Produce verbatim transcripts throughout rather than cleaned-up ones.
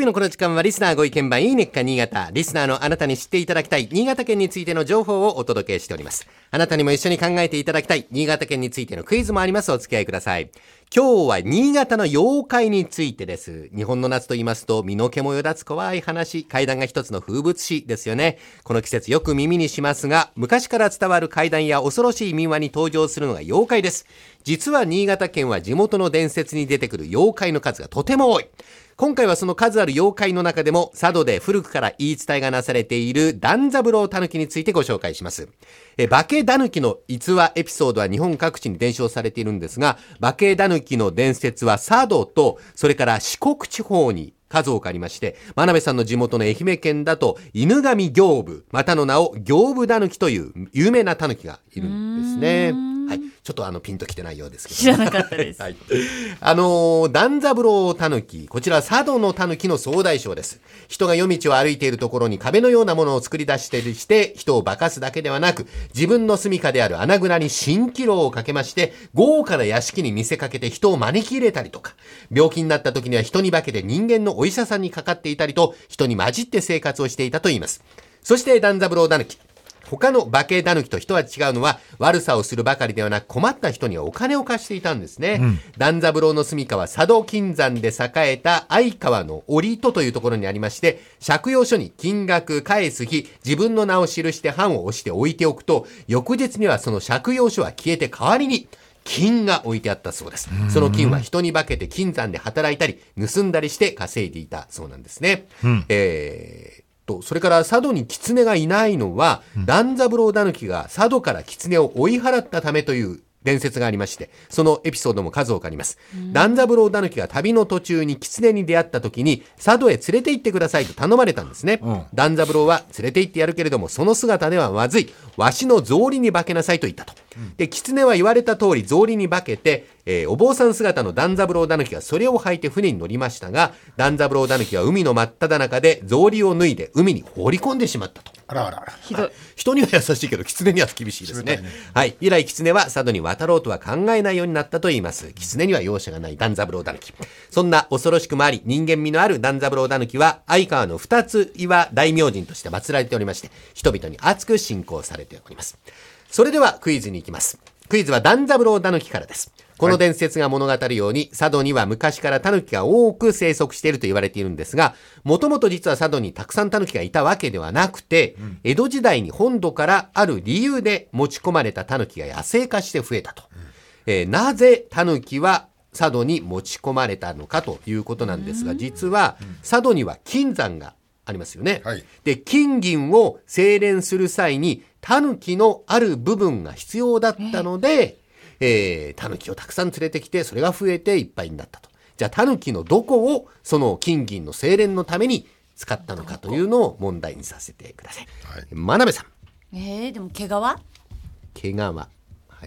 日のこの時間はリスナーご意見番いいねっか新潟。リスナーのあなたに知っていただきたい新潟県についての情報をお届けしております。あなたにも一緒に考えていただきたい新潟県についてのクイズもあります。お付き合いください。今日は新潟の妖怪についてです。日本の夏と言いますと身の毛もよだつ怖い話、怪談が一つの風物詩ですよね。この季節よく耳にしますが、昔から伝わる怪談や恐ろしい民話に登場するのが妖怪です。実は新潟県は地元の伝説に出てくる妖怪の数がとても多い。今回はその数ある妖怪の中でも佐渡で古くから言い伝えがなされている段三郎たぬきについてご紹介します。え化けたぬきの逸話エピソードは日本各地に伝承されているんですが、化けたぬきの伝説は佐渡とそれから四国地方に数多くありまして、真鍋さんの地元の愛媛県だと犬神行部、またの名を行部たぬきという有名なたぬきがいるんですね。はい、ちょっとあのピンときてないようですけど、 知らなかったです。 はい、あのー、段三郎たぬき、こちらは佐渡のたぬきの総大将です。人が夜道を歩いているところに壁のようなものを作り出してして人を化かすだけではなく、自分の住処である穴蔵に蜃気楼をかけまして豪華な屋敷に見せかけて人を招き入れたりとか、病気になった時には人に化けて人間のお医者さんにかかっていたりと、人に混じって生活をしていたといいます。そして段三郎たぬき、他の化けたぬきと人は違うのは、悪さをするばかりではなく困った人にはお金を貸していたんですね。うん、段三郎の住処は佐渡金山で栄えた相川の折戸というところにありまして、借用書に金額返す日、自分の名を記して判を押して置いておくと、翌日にはその借用書は消えて代わりに金が置いてあったそうです。その金は人に化けて金山で働いたり盗んだりして稼いでいたそうなんですね。うん、えーそれから佐渡に狐がいないのは、うん、段三郎たぬきが佐渡から狐を追い払ったためという伝説がありまして、そのエピソードも数多くあります。段三郎たぬきが旅の途中に狐に出会った時に佐渡へ連れて行ってくださいと頼まれたんですね。うん、段三郎は連れて行ってやるけれども、その姿ではまずい、わしの草履に化けなさいと言ったと。うん、で狐は言われた通り草履に化けて、えー、お坊さん姿の段三郎たぬきがそれを履いて船に乗りましたが、段三郎たぬきは海の真っ只中で草履を脱いで海に放り込んでしまったと。 あらあらあら、ひどい。 人には優しいけど狐には厳しいですね。ね、はい。以来狐は佐渡に渡ろうとは考えないようになったと言います。狐には容赦がない段三郎たぬき。そんな恐ろしくもあり人間味のある段三郎たぬきは相川の二つ岩大明神として祀られておりまして、人々に熱く信仰されております。それではクイズに行きます。クイズは段三郎たぬきからです。この伝説が物語るように、佐渡には昔からタヌキが多く生息していると言われているんですが、もともと実は佐渡にたくさんタヌキがいたわけではなくて、うん、江戸時代に本土からある理由で持ち込まれたタヌキが野生化して増えたと。うん、えー、なぜタヌキは佐渡に持ち込まれたのかということなんですが、実は佐渡には金山がありますよね。はい、で、金銀を精錬する際にタヌキのある部分が必要だったので、えー、タヌキをたくさん連れてきて、それが増えていっぱいになったと。じゃあタヌキのどこをその金銀の精錬のために使ったのかというのを問題にさせてください。はい、真鍋さん。 えー、でも毛皮毛皮。はい。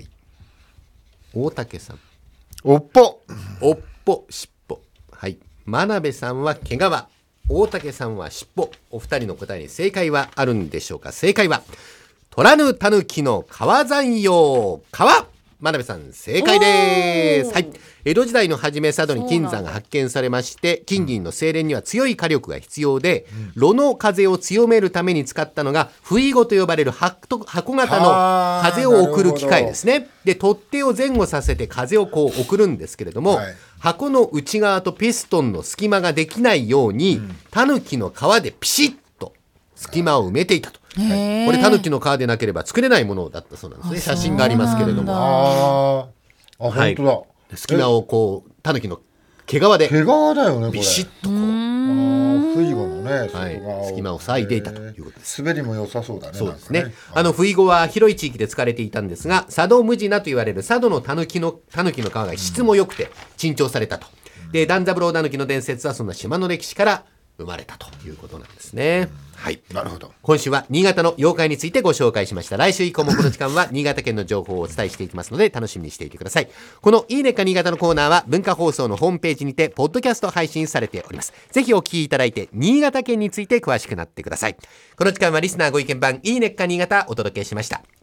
大竹さん。 おっぽ。 おっぽ、しっぽ。はい。真鍋さんは毛皮。大竹さんはしっぽ。お二人の答えに正解はあるんでしょうか。正解は取らぬタヌキの皮山用皮。真鍋さん正解です。はい。江戸時代の初め佐渡に金山が発見されまして、金銀の精錬には強い火力が必要で、うん、炉の風を強めるために使ったのが不意語と呼ばれる箱型の風を送る機械ですね。で、取っ手を前後させて風をこう送るんですけれども、はい、箱の内側とピストンの隙間ができないように、うん、タヌキの皮でピシッと隙間を埋めていたと。これタヌキの皮でなければ作れないものだったそうなんですね。写真がありますけれども、 ああ、はい、本当だ。隙間をこうタヌキの毛皮で毛皮だよね、これビシッとこう、 あ、不意語のね、 はい、隙間を塞いでいたということです。 滑りも良さそうだね。 そうですね。ね、あの不意語は広い地域で使われていたんですが、佐渡ムジナと言われる佐渡のタヌキのタヌキの皮が質も良くて珍重されたと。で、段三郎タヌキの伝説はそんな島の歴史から生まれたということなんですね。はい。 なるほど。 今週は新潟の妖怪についてご紹介しました。来週以降もこの時間は新潟県の情報をお伝えしていきますので楽しみにしていてください。このいいねっか新潟のコーナーは文化放送のホームページにてポッドキャスト配信されております。ぜひお聞きいただいて新潟県について詳しくなってください。この時間はリスナーご意見番いいねっか新潟お届けしました。